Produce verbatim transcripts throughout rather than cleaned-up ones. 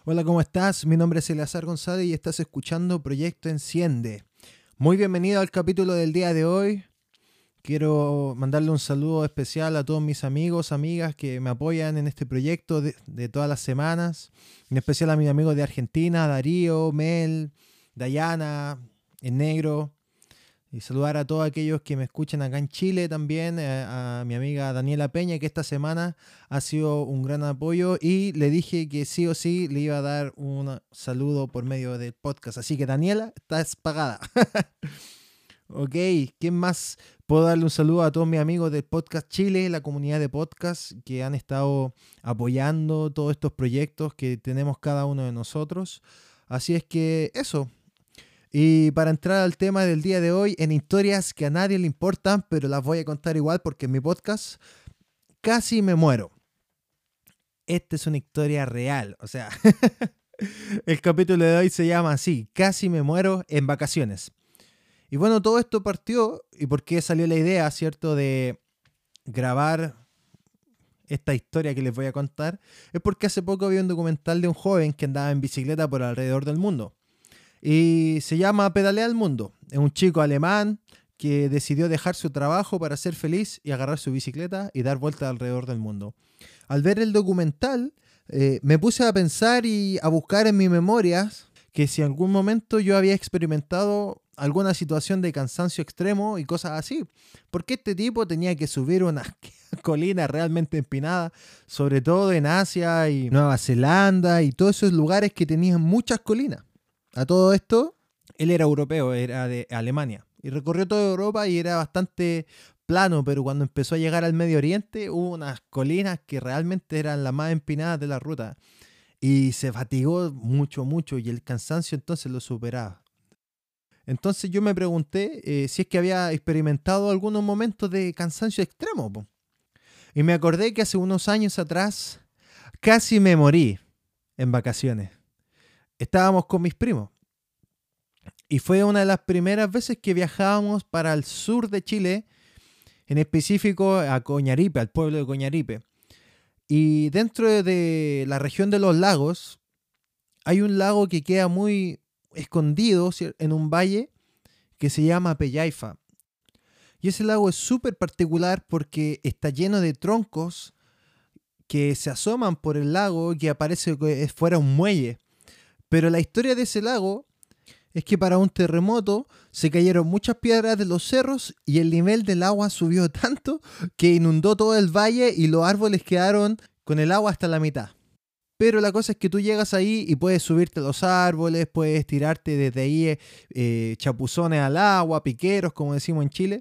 Hola, ¿cómo estás? Mi nombre es Eleazar González y estás escuchando Proyecto Enciende. Muy bienvenido al capítulo del día de hoy. Quiero mandarle un saludo especial a todos mis amigos, amigas que me apoyan en este proyecto de, de todas las semanas. En especial a mis amigos de Argentina, Darío, Mel, Dayana, El Negro. Y saludar a todos aquellos que me escuchan acá en Chile también, a, a mi amiga Daniela Peña, que esta semana ha sido un gran apoyo y le dije que sí o sí le iba a dar un saludo por medio del podcast. Así que Daniela, estás pagada. Ok, ¿quién más? Puedo darle un saludo a todos mis amigos del Podcast Chile, la comunidad de podcast que han estado apoyando todos estos proyectos que tenemos cada uno de nosotros. Así es que eso. Y para entrar al tema del día de hoy, en historias que a nadie le importan, pero las voy a contar igual porque en mi podcast casi me muero. Esta es una historia real, o sea, el capítulo de hoy se llama así, casi me muero en vacaciones. Y bueno, todo esto partió, y por qué salió la idea, ¿cierto?, de grabar esta historia que les voy a contar, es porque hace poco vi un documental de un joven que andaba en bicicleta por alrededor del mundo. Y se llama Pedalea al Mundo. Es un chico alemán que decidió dejar su trabajo para ser feliz y agarrar su bicicleta y dar vueltas alrededor del mundo. Al ver el documental, eh, me puse a pensar y a buscar en mis memorias que si en algún momento yo había experimentado alguna situación de cansancio extremo y cosas así. Porque este tipo tenía que subir una colina realmente empinada, sobre todo en Asia y Nueva Zelanda y todos esos lugares que tenían muchas colinas. A todo esto, él era europeo, era de Alemania. Y recorrió toda Europa y era bastante plano, pero cuando empezó a llegar al Medio Oriente hubo unas colinas que realmente eran las más empinadas de la ruta. Y se fatigó mucho, mucho y el cansancio entonces lo superaba. Entonces yo me pregunté eh, si es que había experimentado algunos momentos de cansancio extremo. Po. Y me acordé que hace unos años atrás casi me morí en vacaciones. Estábamos con mis primos. Y fue una de las primeras veces que viajábamos para el sur de Chile, en específico a Coñaripe, al pueblo de Coñaripe. Y dentro de la región de los lagos, hay un lago que queda muy escondido en un valle que se llama Pellaifa. Y ese lago es súper particular porque está lleno de troncos que se asoman por el lago y que aparece que fuera un muelle. Pero la historia de ese lago es que para un terremoto se cayeron muchas piedras de los cerros y el nivel del agua subió tanto que inundó todo el valle y los árboles quedaron con el agua hasta la mitad. Pero la cosa es que tú llegas ahí y puedes subirte a los árboles, puedes tirarte desde ahí eh, chapuzones al agua, piqueros, como decimos en Chile.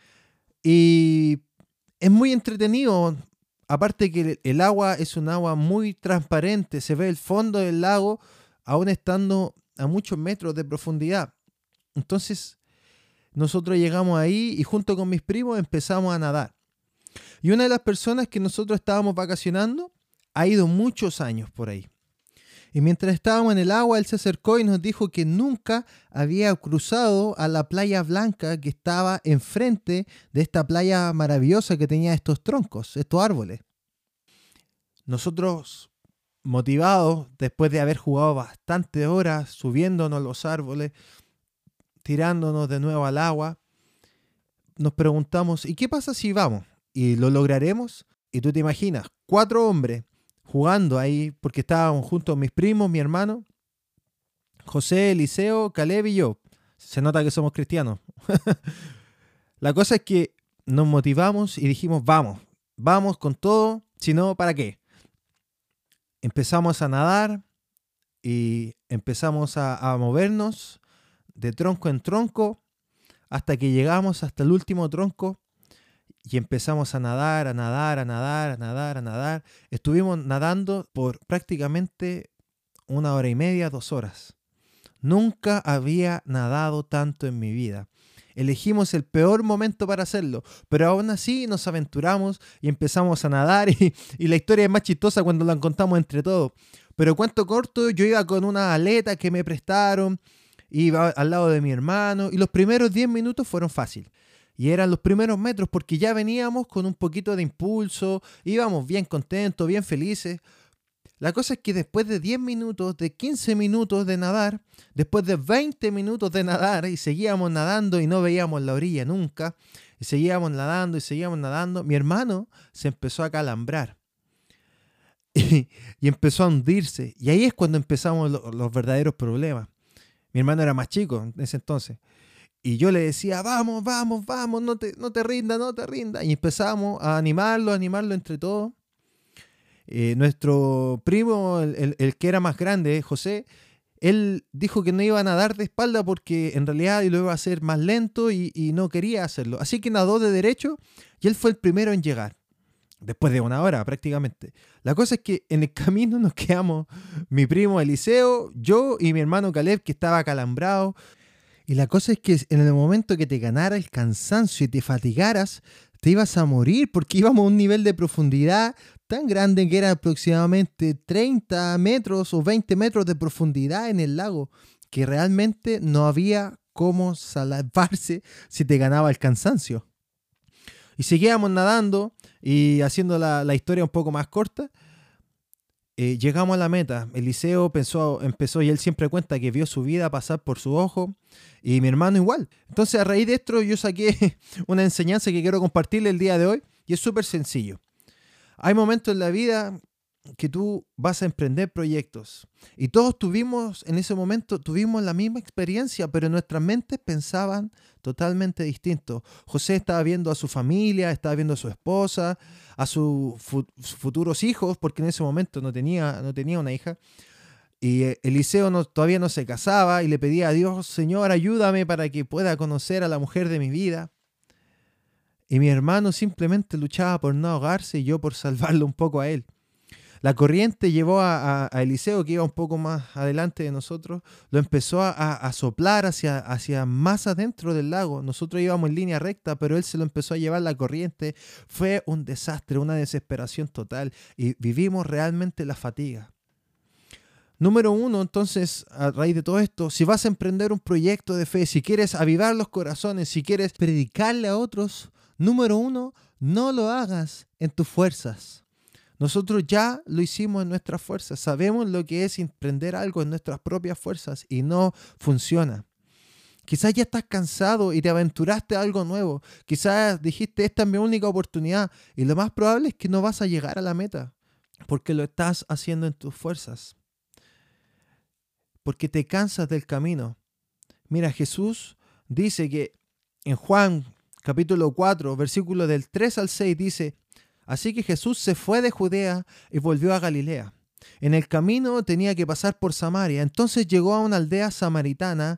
Y es muy entretenido. Aparte que el agua es un agua muy transparente, se ve el fondo del lago aún estando a muchos metros de profundidad. Entonces nosotros llegamos ahí y junto con mis primos empezamos a nadar. Y una de las personas que nosotros estábamos vacacionando ha ido muchos años por ahí. Y mientras estábamos en el agua, él se acercó y nos dijo que nunca había cruzado a la playa blanca que estaba enfrente de esta playa maravillosa que tenía estos troncos, estos árboles. Nosotros, motivados, después de haber jugado bastantes horas, subiéndonos los árboles, tirándonos de nuevo al agua, nos preguntamos, ¿y qué pasa si vamos? ¿Y lo lograremos? Y tú te imaginas, cuatro hombres jugando ahí, porque estábamos juntos mis primos, mi hermano, José, Eliseo, Caleb y yo. Se nota que somos cristianos. La cosa es que nos motivamos y dijimos, vamos, vamos con todo, si no, ¿para qué? Empezamos a nadar y empezamos a, a movernos de tronco en tronco hasta que llegamos hasta el último tronco y empezamos a nadar, a nadar, a nadar, a nadar, a nadar. Estuvimos nadando por prácticamente una hora y media, dos horas. Nunca había nadado tanto en mi vida. Elegimos el peor momento para hacerlo, pero aún así nos aventuramos y empezamos a nadar y, y la historia es más chistosa cuando la contamos entre todos. Pero cuento corto, yo iba con una aleta que me prestaron, iba al lado de mi hermano y los primeros diez minutos fueron fáciles. Y eran los primeros metros porque ya veníamos con un poquito de impulso, íbamos bien contentos, bien felices. La cosa es que después de diez minutos, de quince minutos de nadar, después de veinte minutos de nadar, y seguíamos nadando y no veíamos la orilla nunca, y seguíamos nadando y seguíamos nadando, mi hermano se empezó a calambrar y, y empezó a hundirse. Y ahí es cuando empezamos lo- los verdaderos problemas. Mi hermano era más chico en ese entonces. Y yo le decía, vamos, vamos, vamos, no te, no te rindas, no te rindas. Y empezamos a animarlo, a animarlo entre todos. Eh, nuestro primo, el, el- el que era más grande, José, él dijo que no iba a nadar de espalda porque en realidad lo iba a hacer más lento y, y no quería hacerlo. Así que nadó de derecho y él fue el primero en llegar, después de una hora prácticamente. La cosa es que en el camino nos quedamos mi primo Eliseo, yo y mi hermano Caleb, que estaba acalambrado. Y la cosa es que en el momento que te ganara el cansancio y te fatigaras, te ibas a morir porque íbamos a un nivel de profundidad tan grande que era aproximadamente treinta metros o veinte metros de profundidad en el lago, que realmente no había cómo salvarse si te ganaba el cansancio. Y seguíamos nadando y haciendo la, la historia un poco más corta. Eh, llegamos a la meta. Eliseo pensó, empezó y él siempre cuenta que vio su vida pasar por su ojo y mi hermano igual. Entonces a raíz de esto yo saqué una enseñanza que quiero compartirle el día de hoy y es súper sencillo. Hay momentos en la vida que tú vas a emprender proyectos y todos tuvimos en ese momento tuvimos la misma experiencia, pero nuestras mentes pensaban totalmente distinto. José estaba viendo a su familia, estaba viendo a su esposa, a su fu- sus futuros hijos, porque en ese momento no tenía, no tenía una hija. Y eh, Eliseo no, todavía no se casaba y le pedía a Dios, Señor, ayúdame para que pueda conocer a la mujer de mi vida. Y mi hermano simplemente luchaba por no ahogarse y yo por salvarlo un poco a él. La corriente llevó a, a- a Eliseo, que iba un poco más adelante de nosotros, lo empezó a, a- a soplar hacia, hacia más adentro del lago. Nosotros íbamos en línea recta, pero él se lo empezó a llevar la corriente. Fue un desastre, una desesperación total y vivimos realmente la fatiga. Número uno, entonces, a raíz de todo esto, si vas a emprender un proyecto de fe, si quieres avivar los corazones, si quieres predicarle a otros, número uno, no lo hagas en tus fuerzas. Nosotros ya lo hicimos en nuestras fuerzas. Sabemos lo que es emprender algo en nuestras propias fuerzas y no funciona. Quizás ya estás cansado y te aventuraste a algo nuevo. Quizás dijiste, esta es mi única oportunidad. Y lo más probable es que no vas a llegar a la meta porque lo estás haciendo en tus fuerzas. Porque te cansas del camino. Mira, Jesús dice que en Juan capítulo cuatro, versículos del tres al seis dice, así que Jesús se fue de Judea y volvió a Galilea. En el camino tenía que pasar por Samaria. Entonces llegó a una aldea samaritana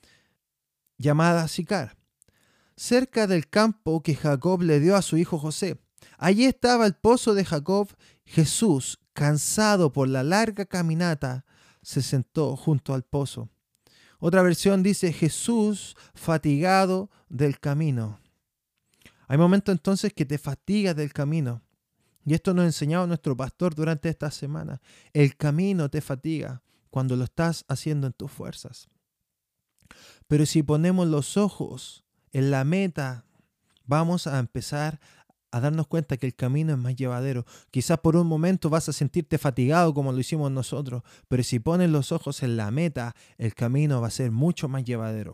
llamada Sicar, cerca del campo que Jacob le dio a su hijo José. Allí estaba el pozo de Jacob. Jesús, cansado por la larga caminata, se sentó junto al pozo. Otra versión dice Jesús fatigado del camino. Hay momentos entonces que te fatigas del camino. Y esto nos ha enseñado nuestro pastor durante esta semana. El camino te fatiga cuando lo estás haciendo en tus fuerzas. Pero si ponemos los ojos en la meta, vamos a empezar a darnos cuenta que el camino es más llevadero. Quizás por un momento vas a sentirte fatigado como lo hicimos nosotros, pero si pones los ojos en la meta, el camino va a ser mucho más llevadero.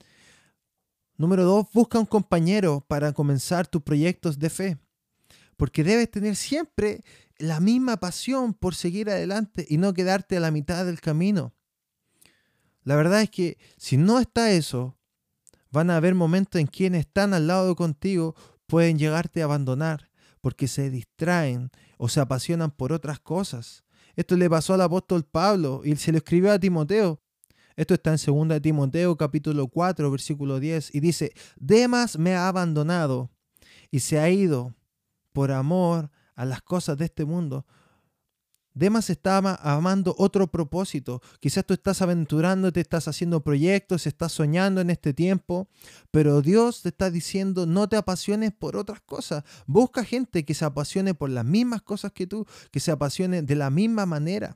Número dos, busca un compañero para comenzar tus proyectos de fe, porque debes tener siempre la misma pasión por seguir adelante y no quedarte a la mitad del camino. La verdad es que si no está eso, van a haber momentos en quienes están al lado contigo pueden llegarte a abandonar porque se distraen o se apasionan por otras cosas. Esto le pasó al apóstol Pablo y se lo escribió a Timoteo. Esto está en segunda de Timoteo capítulo cuatro versículo diez y dice, Demas me ha abandonado y se ha ido por amor a las cosas de este mundo. Demas estaba amando otro propósito. Quizás tú estás aventurándote, estás haciendo proyectos, estás soñando en este tiempo, pero Dios te está diciendo no te apasiones por otras cosas. Busca gente que se apasione por las mismas cosas que tú, que se apasione de la misma manera.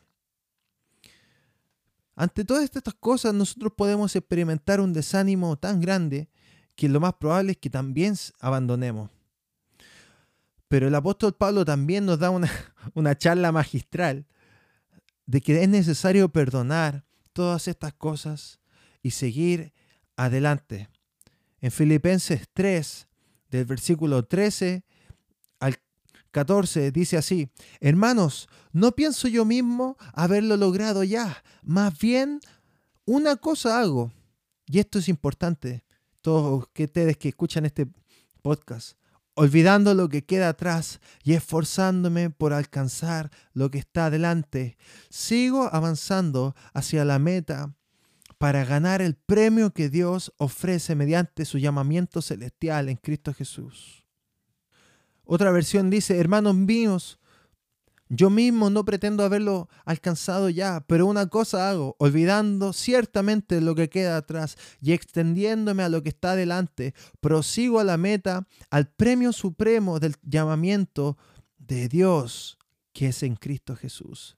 Ante todas estas cosas nosotros podemos experimentar un desánimo tan grande que lo más probable es que también abandonemos. Pero el apóstol Pablo también nos da una, una charla magistral de que es necesario perdonar todas estas cosas y seguir adelante. En Filipenses tres, del versículo trece al catorce, dice así: hermanos, no pienso yo mismo haberlo logrado ya, más bien una cosa hago, y esto es importante, todos ustedes que escuchan este podcast, olvidando lo que queda atrás y esforzándome por alcanzar lo que está delante, sigo avanzando hacia la meta para ganar el premio que Dios ofrece mediante su llamamiento celestial en Cristo Jesús. Otra versión dice: hermanos míos, yo mismo no pretendo haberlo alcanzado ya, pero una cosa hago, olvidando ciertamente lo que queda atrás y extendiéndome a lo que está delante, prosigo a la meta, al premio supremo del llamamiento de Dios, que es en Cristo Jesús.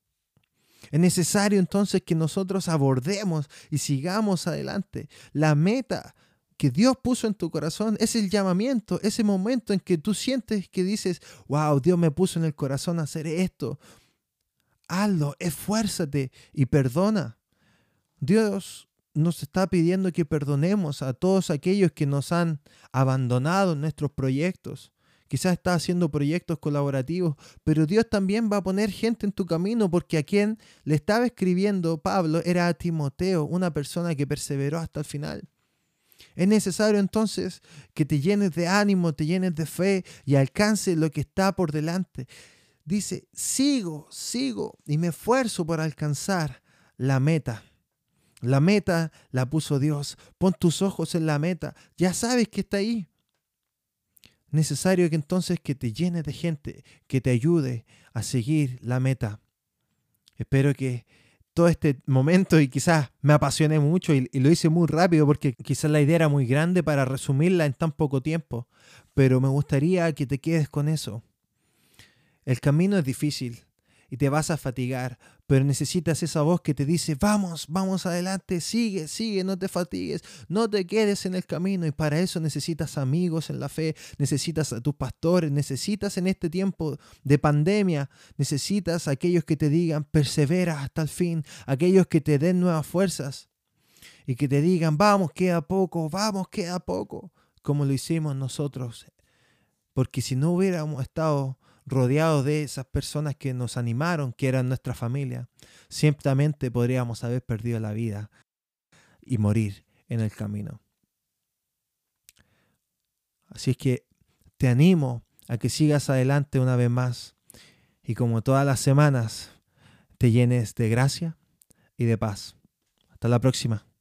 Es necesario entonces que nosotros abordemos y sigamos adelante. La meta que Dios puso en tu corazón es el llamamiento, ese momento en que tú sientes que dices: wow, Dios me puso en el corazón a hacer esto. Hazlo, esfuérzate y perdona. Dios nos está pidiendo que perdonemos a todos aquellos que nos han abandonado en nuestros proyectos. Quizás estás haciendo proyectos colaborativos, pero Dios también va a poner gente en tu camino, porque a quien le estaba escribiendo Pablo era a Timoteo, una persona que perseveró hasta el final. Es necesario entonces que te llenes de ánimo, te llenes de fe y alcances lo que está por delante. Dice: sigo, sigo y me esfuerzo por alcanzar la meta. La meta la puso Dios. Pon tus ojos en la meta. Ya sabes que está ahí. Necesario que entonces que te llenes de gente que te ayude a seguir la meta. Espero que todo este momento, y quizás me apasioné mucho y, y lo hice muy rápido porque quizás la idea era muy grande para resumirla en tan poco tiempo, pero me gustaría que te quedes con eso. El camino es difícil y te vas a fatigar, pero necesitas esa voz que te dice: vamos, vamos adelante, sigue, sigue, no te fatigues, no te quedes en el camino. Y para eso necesitas amigos en la fe, necesitas a tus pastores, necesitas en este tiempo de pandemia, necesitas a aquellos que te digan: persevera hasta el fin, aquellos que te den nuevas fuerzas y que te digan: vamos, queda poco, vamos, queda poco, como lo hicimos nosotros. Porque si no hubiéramos estado rodeados de esas personas que nos animaron, que eran nuestra familia, ciertamente podríamos haber perdido la vida y morir en el camino. Así es que te animo a que sigas adelante una vez más y, como todas las semanas, te llenes de gracia y de paz. Hasta la próxima.